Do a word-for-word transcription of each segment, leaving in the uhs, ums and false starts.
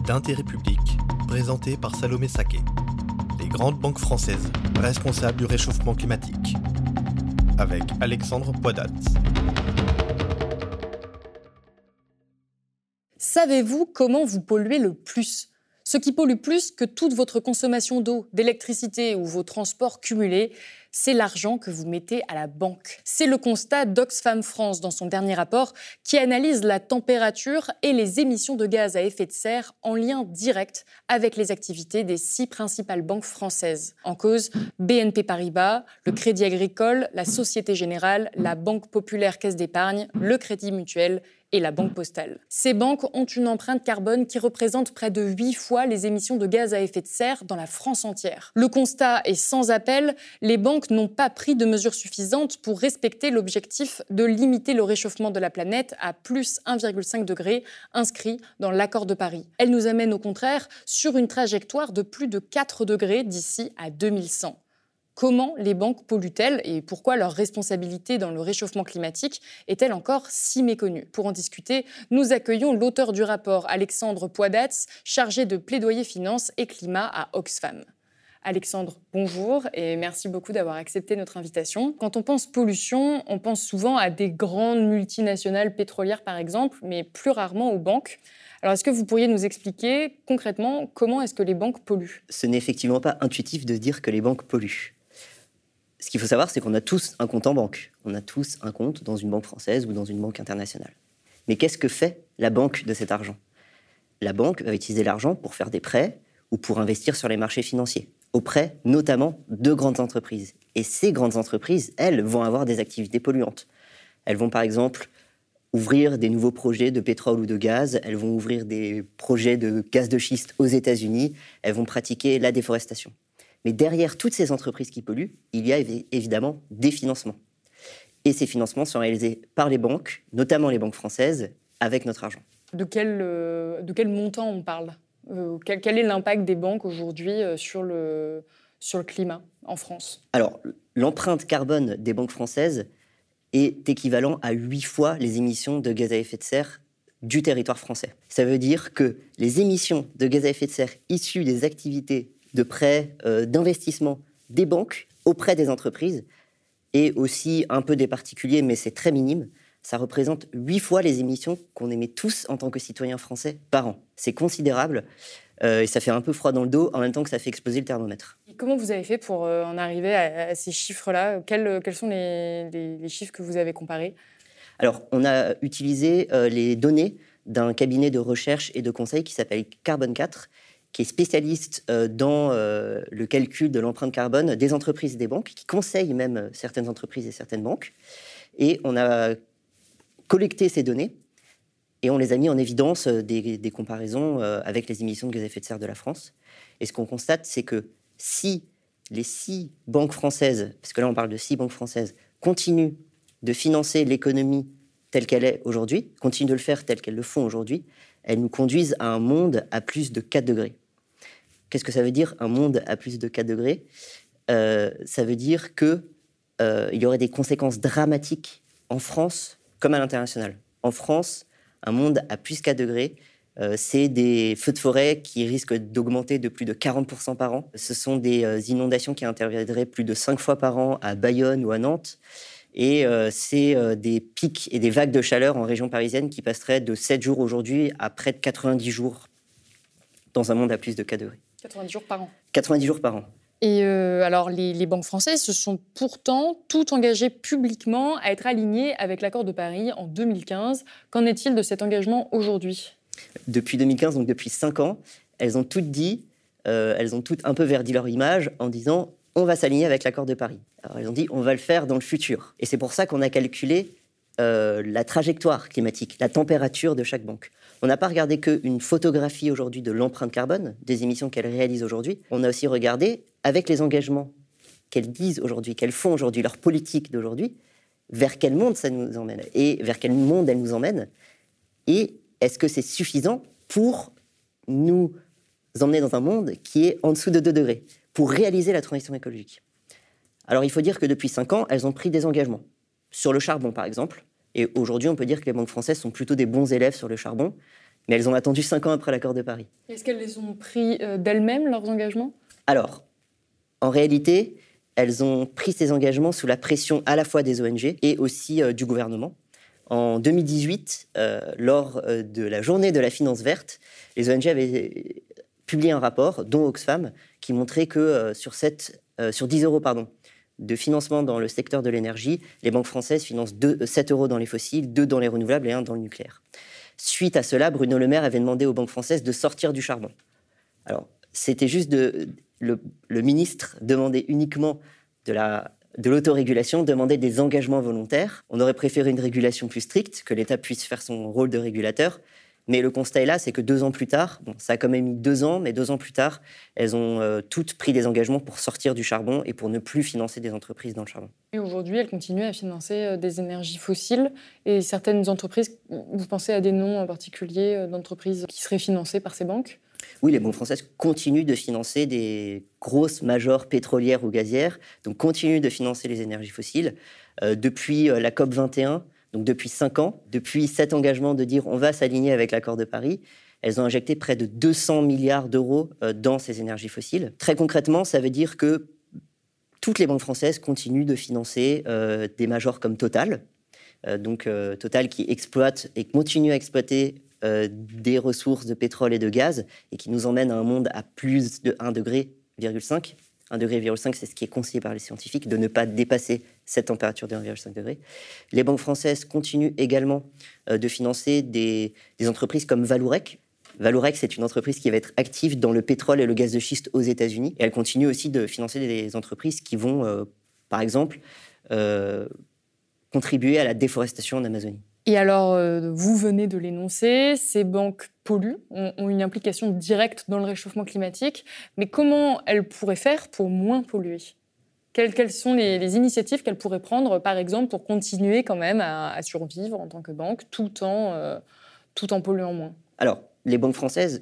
d'intérêt public, présenté par Salomé Saké. Les grandes banques françaises responsables du réchauffement climatique. Avec Alexandre Poidat. Savez-vous comment vous polluez le plus ? Ce qui pollue plus que toute votre consommation d'eau, d'électricité ou vos transports cumulés, c'est l'argent que vous mettez à la banque. C'est le constat d'Oxfam France dans son dernier rapport qui analyse la température et les émissions de gaz à effet de serre en lien direct avec les activités des six principales banques françaises. En cause, B N P Paribas, le Crédit Agricole, la Société Générale, la Banque Populaire Caisse d'Épargne, le Crédit Mutuel et la Banque Postale. Ces banques ont une empreinte carbone qui représente près de huit fois les émissions de gaz à effet de serre dans la France entière. Le constat est sans appel, les banques n'ont pas pris de mesures suffisantes pour respecter l'objectif de limiter le réchauffement de la planète à plus un virgule cinq degré inscrit dans l'accord de Paris. Elles nous amènent au contraire sur une trajectoire de plus de quatre degrés d'ici à deux mille cent. Comment les banques polluent-elles et pourquoi leur responsabilité dans le réchauffement climatique est-elle encore si méconnue ? Pour en discuter, nous accueillons l'auteur du rapport, Alexandre Poidat, chargé de plaidoyer finance et climat à Oxfam. Alexandre, bonjour et merci beaucoup d'avoir accepté notre invitation. Quand on pense pollution, on pense souvent à des grandes multinationales pétrolières par exemple, mais plus rarement aux banques. Alors est-ce que vous pourriez nous expliquer concrètement comment est-ce que les banques polluent ? Ce n'est effectivement pas intuitif de dire que les banques polluent. Ce qu'il faut savoir, c'est qu'on a tous un compte en banque. On a tous un compte dans une banque française ou dans une banque internationale. Mais qu'est-ce que fait la banque de cet argent ? La banque va utiliser l'argent pour faire des prêts ou pour investir sur les marchés financiers, auprès notamment de grandes entreprises. Et ces grandes entreprises, elles, vont avoir des activités polluantes. Elles vont par exemple ouvrir des nouveaux projets de pétrole ou de gaz, elles vont ouvrir des projets de gaz de schiste aux États-Unis, elles vont pratiquer la déforestation. Mais derrière toutes ces entreprises qui polluent, il y a évidemment des financements. Et ces financements sont réalisés par les banques, notamment les banques françaises, avec notre argent. De quel, euh, de quel montant on parle ? euh, quel, quel est l'impact des banques aujourd'hui euh, sur, le, sur le climat en France ? Alors, l'empreinte carbone des banques françaises est équivalent à huit fois les émissions de gaz à effet de serre du territoire français. Ça veut dire que les émissions de gaz à effet de serre issues des activités de prêts, euh, d'investissement des banques auprès des entreprises et aussi un peu des particuliers, mais c'est très minime. Ça représente huit fois les émissions qu'on émet tous en tant que citoyens français par an. C'est considérable euh, et ça fait un peu froid dans le dos en même temps que ça fait exploser le thermomètre. Et comment vous avez fait pour euh, en arriver à, à ces chiffres-là ? quels, quels sont les, les, les chiffres que vous avez comparés ? Alors, on a utilisé euh, les données d'un cabinet de recherche et de conseil qui s'appelle Carbone quatre, qui est spécialiste euh, dans euh, le calcul de l'empreinte carbone des entreprises et des banques, qui conseille même certaines entreprises et certaines banques. Et on a collecté ces données et on les a mis en évidence euh, des, des comparaisons euh, avec les émissions de gaz à effet de serre de la France. Et ce qu'on constate, c'est que si les six banques françaises, parce que là on parle de six banques françaises, continuent de financer l'économie telle qu'elle est aujourd'hui, continuent de le faire telle qu'elles le font aujourd'hui, elles nous conduisent à un monde à plus de quatre degrés. Qu'est-ce que ça veut dire, un monde à plus de quatre degrés ? euh, Ça veut dire qu'il euh, y aurait des conséquences dramatiques en France comme à l'international. En France, un monde à plus quatre degrés, euh, c'est des feux de forêt qui risquent d'augmenter de plus de quarante pour cent par an. Ce sont des euh, inondations qui interviendraient plus de cinq fois par an à Bayonne ou à Nantes. Et euh, c'est euh, des pics et des vagues de chaleur en région parisienne qui passeraient de sept jours aujourd'hui à près de quatre-vingt-dix jours dans un monde à plus de quatre degrés. quatre-vingt-dix jours par an. quatre-vingt-dix jours par an. Et euh, alors, les, les banques françaises se sont pourtant toutes engagées publiquement à être alignées avec l'accord de Paris en deux mille quinze. Qu'en est-il de cet engagement aujourd'hui ? Depuis deux mille quinze, donc depuis cinq ans, elles ont toutes dit, euh, elles ont toutes un peu verdi leur image en disant « on va s'aligner avec l'accord de Paris ». Alors, elles ont dit « on va le faire dans le futur ». Et c'est pour ça qu'on a calculé euh, la trajectoire climatique, la température de chaque banque. On n'a pas regardé qu'une photographie aujourd'hui de l'empreinte carbone, des émissions qu'elles réalisent aujourd'hui. On a aussi regardé, avec les engagements qu'elles disent aujourd'hui, qu'elles font aujourd'hui, leur politique d'aujourd'hui, vers quel monde ça nous emmène et vers quel monde elles nous emmènent. Et est-ce que c'est suffisant pour nous emmener dans un monde qui est en dessous de deux degrés, pour réaliser la transition écologique ? Alors, il faut dire que depuis cinq ans, elles ont pris des engagements. Sur le charbon, par exemple. Et aujourd'hui, on peut dire que les banques françaises sont plutôt des bons élèves sur le charbon. Mais elles ont attendu cinq ans après l'accord de Paris. Est-ce qu'elles les ont pris euh, d'elles-mêmes, leurs engagements ? Alors, en réalité, elles ont pris ces engagements sous la pression à la fois des O N G et aussi euh, du gouvernement. En deux mille dix-huit, euh, lors euh, de la journée de la finance verte, les O N G avaient publié un rapport, dont Oxfam, qui montrait que euh, sur, sept, euh, sur dix euros pardon, de financement dans le secteur de l'énergie, les banques françaises financent deux, sept euros dans les fossiles, deux dans les renouvelables et un dans le nucléaire. Suite à cela, Bruno Le Maire avait demandé aux banques françaises de sortir du charbon. Alors, c'était juste de... Le, le ministre demandait uniquement de, la, de l'autorégulation, demandait des engagements volontaires. On aurait préféré une régulation plus stricte, que l'État puisse faire son rôle de régulateur. Mais le constat est là, c'est que deux ans plus tard, bon, ça a quand même mis deux ans, mais deux ans plus tard, elles ont euh, toutes pris des engagements pour sortir du charbon et pour ne plus financer des entreprises dans le charbon. Et aujourd'hui, elles continuent à financer euh, des énergies fossiles. Et certaines entreprises, vous pensez à des noms en particulier euh, d'entreprises qui seraient financées par ces banques ? Oui, les banques françaises continuent de financer des grosses majors pétrolières ou gazières, donc continuent de financer les énergies fossiles. Euh, depuis euh, la COP vingt et un, donc depuis cinq ans, depuis cet engagement de dire on va s'aligner avec l'accord de Paris, elles ont injecté près de deux cents milliards d'euros euh, dans ces énergies fossiles. Très concrètement, ça veut dire que toutes les banques françaises continuent de financer euh, des majors comme Total, euh, donc euh, Total qui exploite et continue à exploiter Euh, des ressources de pétrole et de gaz et qui nous emmène à un monde à plus de un degré virgule cinq. un degré virgule cinq, c'est ce qui est conseillé par les scientifiques, de ne pas dépasser cette température de un virgule cinq degré. Les banques françaises continuent également euh, de financer des, des entreprises comme Vallourec. Vallourec, c'est une entreprise qui va être active dans le pétrole et le gaz de schiste aux États-Unis. Et elle continue aussi de financer des entreprises qui vont, euh, par exemple, euh, contribuer à la déforestation en Amazonie. Et alors, euh, vous venez de l'énoncer, ces banques polluent, ont, ont une implication directe dans le réchauffement climatique, mais comment elles pourraient faire pour moins polluer ? Quelles, quelles sont les, les initiatives qu'elles pourraient prendre, par exemple, pour continuer quand même à, à survivre en tant que banque, tout en, euh, tout en polluant moins ? Alors, les banques françaises,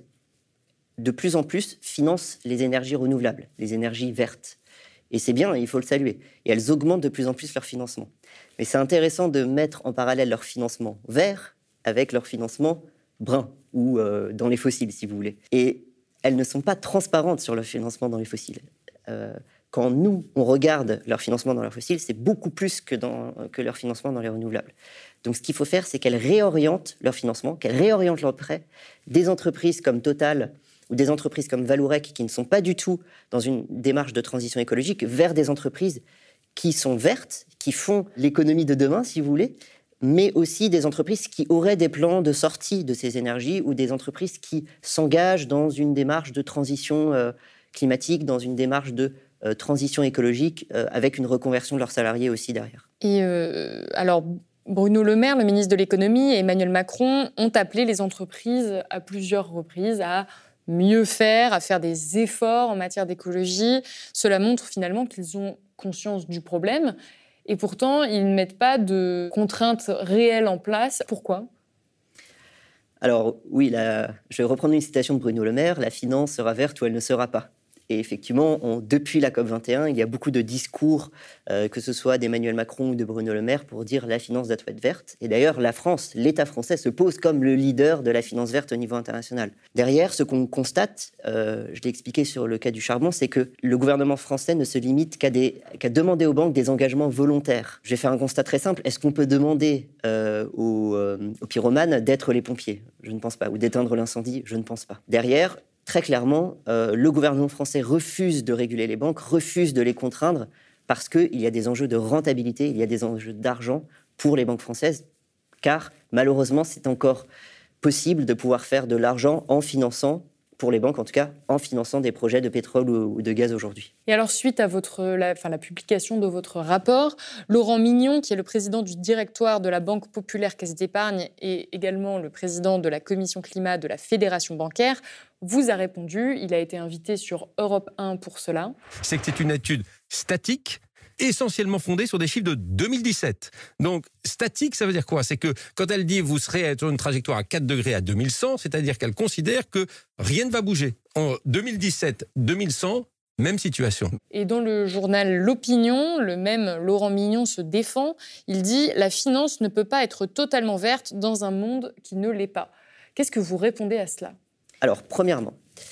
de plus en plus, financent les énergies renouvelables, les énergies vertes. Et c'est bien, il faut le saluer. Et elles augmentent de plus en plus leur financement. Mais c'est intéressant de mettre en parallèle leur financement vert avec leur financement brun, ou euh, dans les fossiles, si vous voulez. Et elles ne sont pas transparentes sur leur financement dans les fossiles. Euh, quand nous, on regarde leur financement dans les fossiles, c'est beaucoup plus que, dans, que leur financement dans les renouvelables. Donc ce qu'il faut faire, c'est qu'elles réorientent leur financement, qu'elles réorientent leurs prêts. Des entreprises comme Total ou des entreprises comme Vallourec, qui ne sont pas du tout dans une démarche de transition écologique, vers des entreprises qui sont vertes, qui font l'économie de demain, si vous voulez, mais aussi des entreprises qui auraient des plans de sortie de ces énergies ou des entreprises qui s'engagent dans une démarche de transition euh, climatique, dans une démarche de euh, transition écologique, euh, avec une reconversion de leurs salariés aussi derrière. Et euh, alors, Bruno Le Maire, le ministre de l'économie, et Emmanuel Macron ont appelé les entreprises à plusieurs reprises à mieux faire, à faire des efforts en matière d'écologie. Cela montre finalement qu'ils ont conscience du problème. Et pourtant, ils ne mettent pas de contraintes réelles en place. Pourquoi ? Alors oui, la... je vais reprendre une citation de Bruno Le Maire, « La finance sera verte ou elle ne sera pas ». Et effectivement, on, depuis la COP vingt et un, il y a beaucoup de discours, euh, que ce soit d'Emmanuel Macron ou de Bruno Le Maire, pour dire la finance doit être verte. Et d'ailleurs, la France, l'État français, se pose comme le leader de la finance verte au niveau international. Derrière, ce qu'on constate, euh, je l'ai expliqué sur le cas du charbon, c'est que le gouvernement français ne se limite qu'à, des, qu'à demander aux banques des engagements volontaires. Je vais faire un constat très simple. Est-ce qu'on peut demander euh, aux, euh, aux pyromanes d'être les pompiers ? Je ne pense pas. Ou d'éteindre l'incendie ? Je ne pense pas. Derrière, très clairement, euh, le gouvernement français refuse de réguler les banques, refuse de les contraindre, parce qu'il y a des enjeux de rentabilité, il y a des enjeux d'argent pour les banques françaises, car malheureusement, c'est encore possible de pouvoir faire de l'argent en finançant, pour les banques en tout cas, en finançant des projets de pétrole ou de gaz aujourd'hui. Et alors, suite à votre, la, enfin, la publication de votre rapport, Laurent Mignon, qui est le président du directoire de la Banque Populaire Caisse d'Épargne et également le président de la Commission Climat de la Fédération bancaire, vous a répondu. Il a été invité sur Europe un pour cela. C'est que c'est une étude statique, essentiellement fondée sur des chiffres de deux mille dix-sept. Donc, statique, ça veut dire quoi ? C'est que quand elle dit vous serez sur une trajectoire à quatre degrés à deux mille cent, c'est-à-dire qu'elle considère que rien ne va bouger. En deux mille dix-sept deux mille cent, même situation. Et dans le journal L'Opinion, le même Laurent Mignon se défend. Il dit « La finance ne peut pas être totalement verte dans un monde qui ne l'est pas ». Qu'est-ce que vous répondez à cela ? Alors, premièrement,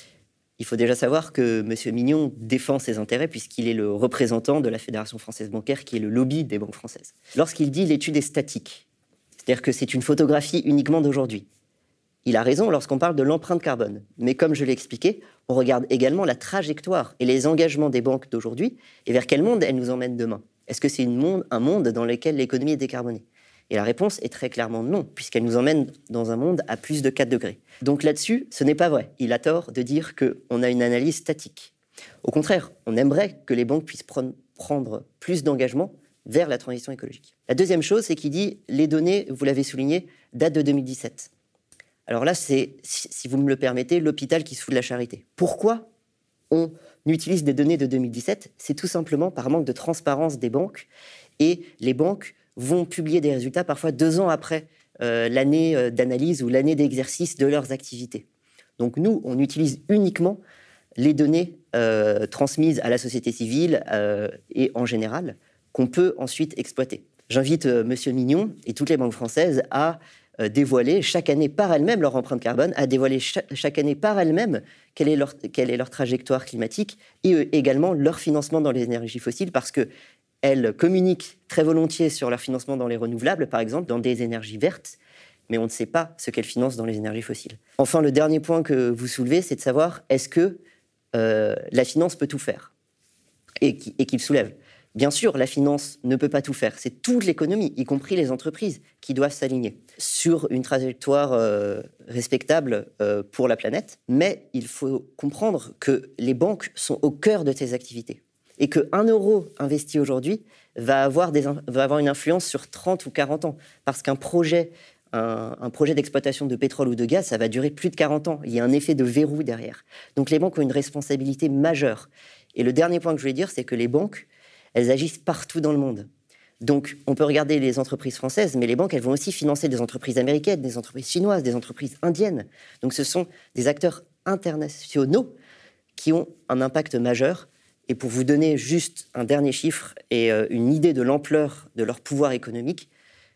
il faut déjà savoir que M. Mignon défend ses intérêts puisqu'il est le représentant de la Fédération française bancaire, qui est le lobby des banques françaises. Lorsqu'il dit l'étude est statique, c'est-à-dire que c'est une photographie uniquement d'aujourd'hui, il a raison lorsqu'on parle de l'empreinte carbone. Mais comme je l'ai expliqué, on regarde également la trajectoire et les engagements des banques d'aujourd'hui et vers quel monde elles nous emmènent demain. Est-ce que c'est une monde, un monde dans lequel l'économie est décarbonée ? Et la réponse est très clairement non, puisqu'elle nous emmène dans un monde à plus de quatre degrés. Donc là-dessus, ce n'est pas vrai. Il a tort de dire qu'on a une analyse statique. Au contraire, on aimerait que les banques puissent prendre plus d'engagement vers la transition écologique. La deuxième chose, c'est qu'il dit les données, vous l'avez souligné, datent de deux mille dix-sept. Alors là, c'est, si vous me le permettez, l'hôpital qui se fout de la charité. Pourquoi on utilise des données de deux mille dix-sept ? C'est tout simplement par manque de transparence des banques. Et les banques vont publier des résultats parfois deux ans après euh, l'année d'analyse ou l'année d'exercice de leurs activités. Donc nous, on utilise uniquement les données euh, transmises à la société civile euh, et en général, qu'on peut ensuite exploiter. J'invite euh, M. Mignon et toutes les banques françaises à euh, dévoiler chaque année par elles-mêmes leur empreinte carbone, à dévoiler cha- chaque année par elles-mêmes quelle est leur, quelle est leur trajectoire climatique et euh, également leur financement dans les énergies fossiles, parce que elles communiquent très volontiers sur leur financement dans les renouvelables, par exemple, dans des énergies vertes, mais on ne sait pas ce qu'elles financent dans les énergies fossiles. Enfin, le dernier point que vous soulevez, c'est de savoir est-ce que euh, la finance peut tout faire ? Et, qui, et qu'il soulève. Bien sûr, la finance ne peut pas tout faire. C'est toute l'économie, y compris les entreprises, qui doivent s'aligner sur une trajectoire euh, respectable euh, pour la planète. Mais il faut comprendre que les banques sont au cœur de ces activités. Et qu'un euro investi aujourd'hui va avoir, des, va avoir une influence sur trente ou quarante ans. Parce qu'un projet, un, un projet d'exploitation de pétrole ou de gaz, ça va durer plus de quarante ans. Il y a un effet de verrou derrière. Donc les banques ont une responsabilité majeure. Et le dernier point que je voulais dire, c'est que les banques, elles agissent partout dans le monde. Donc on peut regarder les entreprises françaises, mais les banques, elles vont aussi financer des entreprises américaines, des entreprises chinoises, des entreprises indiennes. Donc ce sont des acteurs internationaux qui ont un impact majeur. Et pour vous donner juste un dernier chiffre et euh, une idée de l'ampleur de leur pouvoir économique,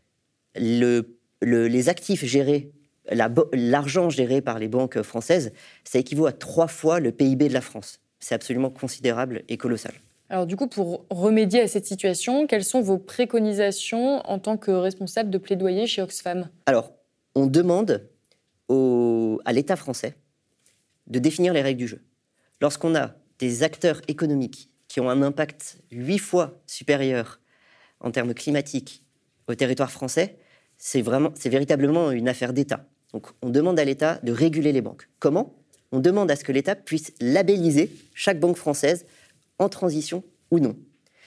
le, le, les actifs gérés, la, l'argent géré par les banques françaises, ça équivaut à trois fois le P I B de la France. C'est absolument considérable et colossal. Alors du coup, pour remédier à cette situation, quelles sont vos préconisations en tant que responsable de plaidoyer chez Oxfam ? Alors, on demande au, à l'État français de définir les règles du jeu. Lorsqu'on a des acteurs économiques qui ont un impact huit fois supérieur en termes climatiques au territoire français, c'est, vraiment, c'est véritablement une affaire d'État. Donc on demande à l'État de réguler les banques. Comment ? On demande à ce que l'État puisse labelliser chaque banque française en transition ou non.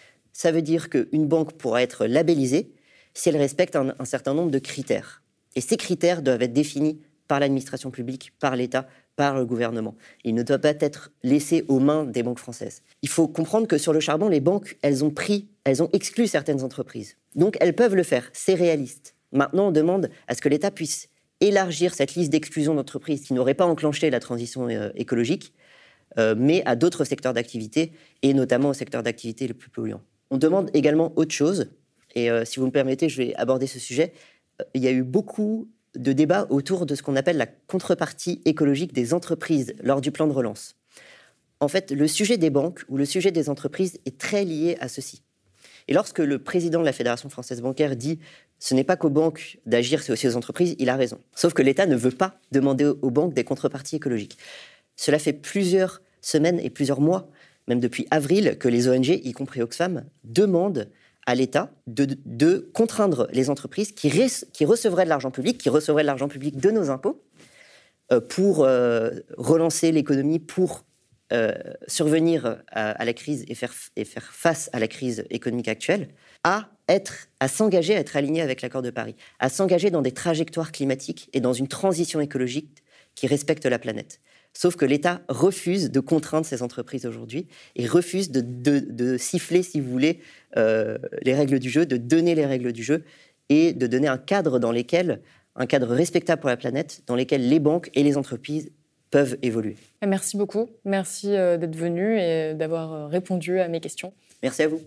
Ça veut dire qu'une banque pourra être labellisée si elle respecte un, un certain nombre de critères. Et ces critères doivent être définis par l'administration publique, par l'État, par le gouvernement. Il ne doit pas être laissé aux mains des banques françaises. Il faut comprendre que sur le charbon, les banques, elles ont pris, elles ont exclu certaines entreprises. Donc elles peuvent le faire, c'est réaliste. Maintenant, on demande à ce que l'État puisse élargir cette liste d'exclusion d'entreprises qui n'auraient pas enclenché la transition euh, écologique, euh, mais à d'autres secteurs d'activité, et notamment au secteur d'activité le plus polluant. On demande également autre chose, et euh, si vous me permettez, je vais aborder ce sujet. Euh, il y a eu beaucoup de débats autour de ce qu'on appelle la contrepartie écologique des entreprises lors du plan de relance. En fait, le sujet des banques ou le sujet des entreprises est très lié à ceci. Et lorsque le président de la Fédération française bancaire dit « ce n'est pas qu'aux banques d'agir, c'est aussi aux entreprises », il a raison. Sauf que l'État ne veut pas demander aux banques des contreparties écologiques. Cela fait plusieurs semaines et plusieurs mois, même depuis avril, que les O N G, y compris Oxfam, demandent à l'État de, de contraindre les entreprises qui, re, qui recevraient de l'argent public, qui recevraient de l'argent public de nos impôts, euh, pour euh, relancer l'économie, pour euh, survenir à, à la crise et faire, et faire face à la crise économique actuelle, à, être, à s'engager, à être aligné avec l'accord de Paris, à s'engager dans des trajectoires climatiques et dans une transition écologique qui respecte la planète. Sauf que l'État refuse de contraindre ces entreprises aujourd'hui et refuse de, de, de siffler, si vous voulez, euh, les règles du jeu, de donner les règles du jeu et de donner un cadre dans lequel, un cadre respectable pour la planète, dans lequel les banques et les entreprises peuvent évoluer. Merci beaucoup. Merci d'être venu et d'avoir répondu à mes questions. Merci à vous.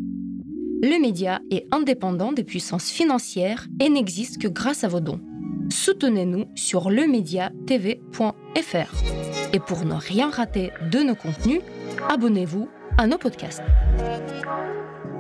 Le média est indépendant des puissances financières et n'existe que grâce à vos dons. soutenez-nous sur lemedia t v point f r. Et pour ne rien rater de nos contenus, abonnez-vous à nos podcasts.